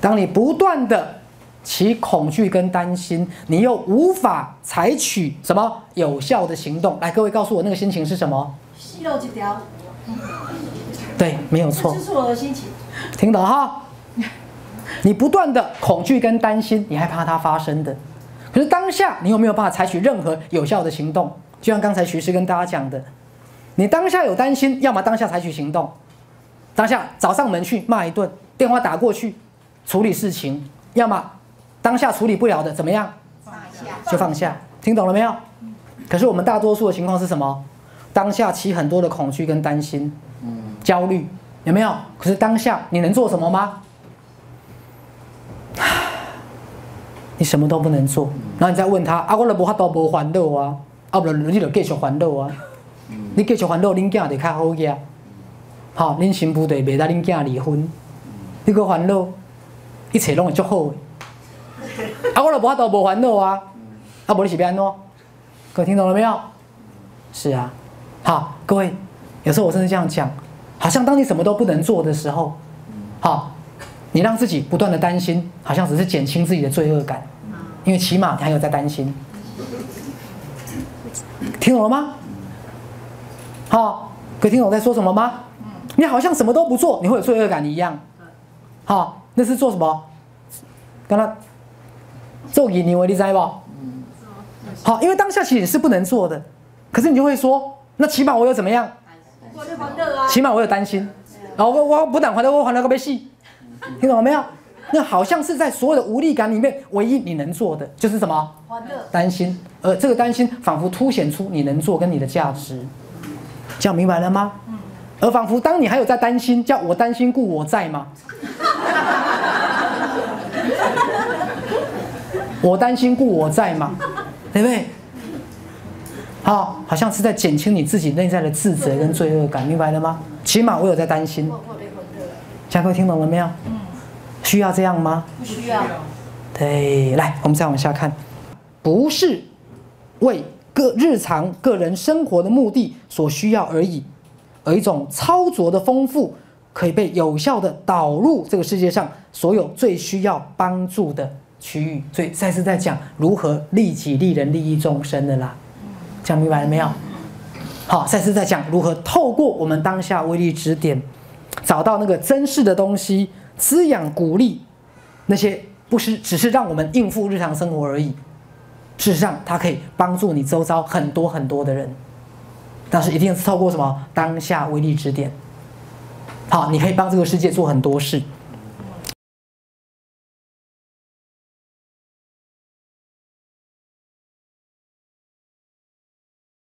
当你不断的起恐惧跟担心，你又无法采取什么有效的行动。来，各位告诉我那个心情是什么？ 细肉几条？ 对，没有错。 这就是我的心情。 听懂哈？你不断的恐惧跟担心，你害怕它发生的。可是当下你有没有办法采取任何有效的行动？就像刚才徐师跟大家讲的，你当下有担心，要么当下采取行动，当下找上门去骂一顿，电话打过去处理事情，要么当下处理不了的怎么样？就放下。听懂了没有？可是我们大多数的情况是什么？当下起很多的恐惧跟担心，焦虑，有没有？可是当下你能做什么吗？你什么都不能做，然后你再问他啊，我都无法度无烦恼啊，啊不，你就继续烦恼啊，你继续烦恼，恁囝就较好个，好，恁新妇就袂当恁囝离婚，你个烦恼，一切拢会足好的。啊，我都无法度无烦恼啊，啊无你是要安怎？各位听懂了没有？是啊，好，各位，有时候我甚至这样讲，好像当你什么都不能做的时候，好。你让自己不断的担心，好像只是减轻自己的罪恶感，因为起码你还有在担心。听懂了吗？好，可以听懂我在说什么吗？你好像什么都不做，你会有罪恶感一样。好，那是做什么？刚刚做引你为你知不？好，因为当下其实你是不能做的，可是你就会说，那起码我有怎么样？起码我有担心，然后我不但还我还了个被戏。听懂了没有？那好像是在所有的无力感里面，唯一你能做的就是什么？担心。而这个担心仿佛凸显出你能做跟你的价值，这样明白了吗？而仿佛当你还有在担心，叫我担心故我在嘛。我担心故我在嘛，对不对？好，好像是在减轻你自己内在的自责跟罪恶感，明白了吗？起码我有在担心。各位听懂了没有？需要这样吗？ 不需要。 对，来，我们再往下看，不是为日常个人生活的目的所需要而已，而一种超卓的丰富，可以被有效的导入这个世界上所有最需要帮助的区域。所以再次在讲如何利己利人利益众生的啦，讲明白了没有？好，再次在讲如何透过我们当下威力指点。找到那个珍视的东西，滋养鼓励那些不是只是让我们应付日常生活而已。事实上，它可以帮助你周遭很多很多的人，但是一定是透过什么当下威力指点。好，你可以帮这个世界做很多事。